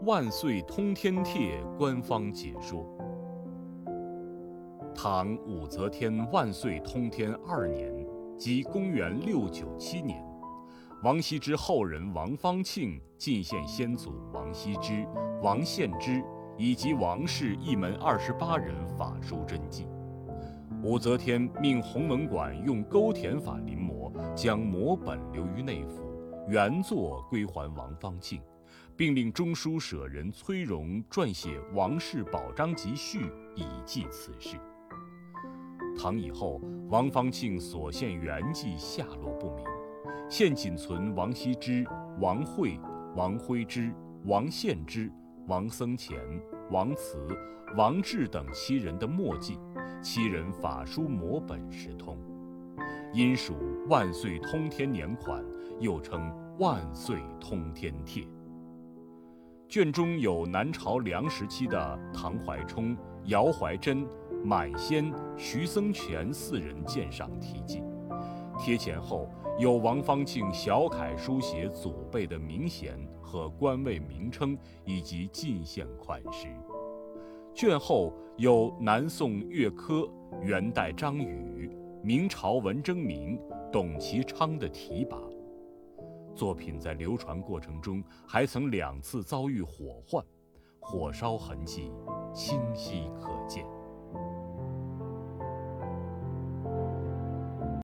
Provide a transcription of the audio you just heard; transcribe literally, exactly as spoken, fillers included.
万岁通天帖官方解说。唐武则天万岁通天二年，即公元六九七年，王羲之后人王方庆进献先祖王羲之、王献之以及王氏一门二十八人法书真迹。武则天命弘文馆用勾填法临摹，将摹本留于内府，原作归还王方庆，并令中书舍人崔融撰写《王氏宝章集序》以记此事。唐以后，王方庆所献原迹下落不明，现仅存王羲之、王惠、王徽之、王献之、王僧虔、王慈、王志等七人的墨迹，七人法书摹本实通，因属万岁通天年款，又称万岁通天帖。卷中有南朝梁时期的唐怀冲、姚怀真、满仙、徐僧全四人鉴赏题记。贴前后有王方庆小楷书写祖辈的名衔和官位名称以及进献款式。卷后有南宋岳珂、元代张宇、明朝文征明、董其昌的题跋。作品在流传过程中还曾两次遭遇火患，火烧痕迹清晰可见。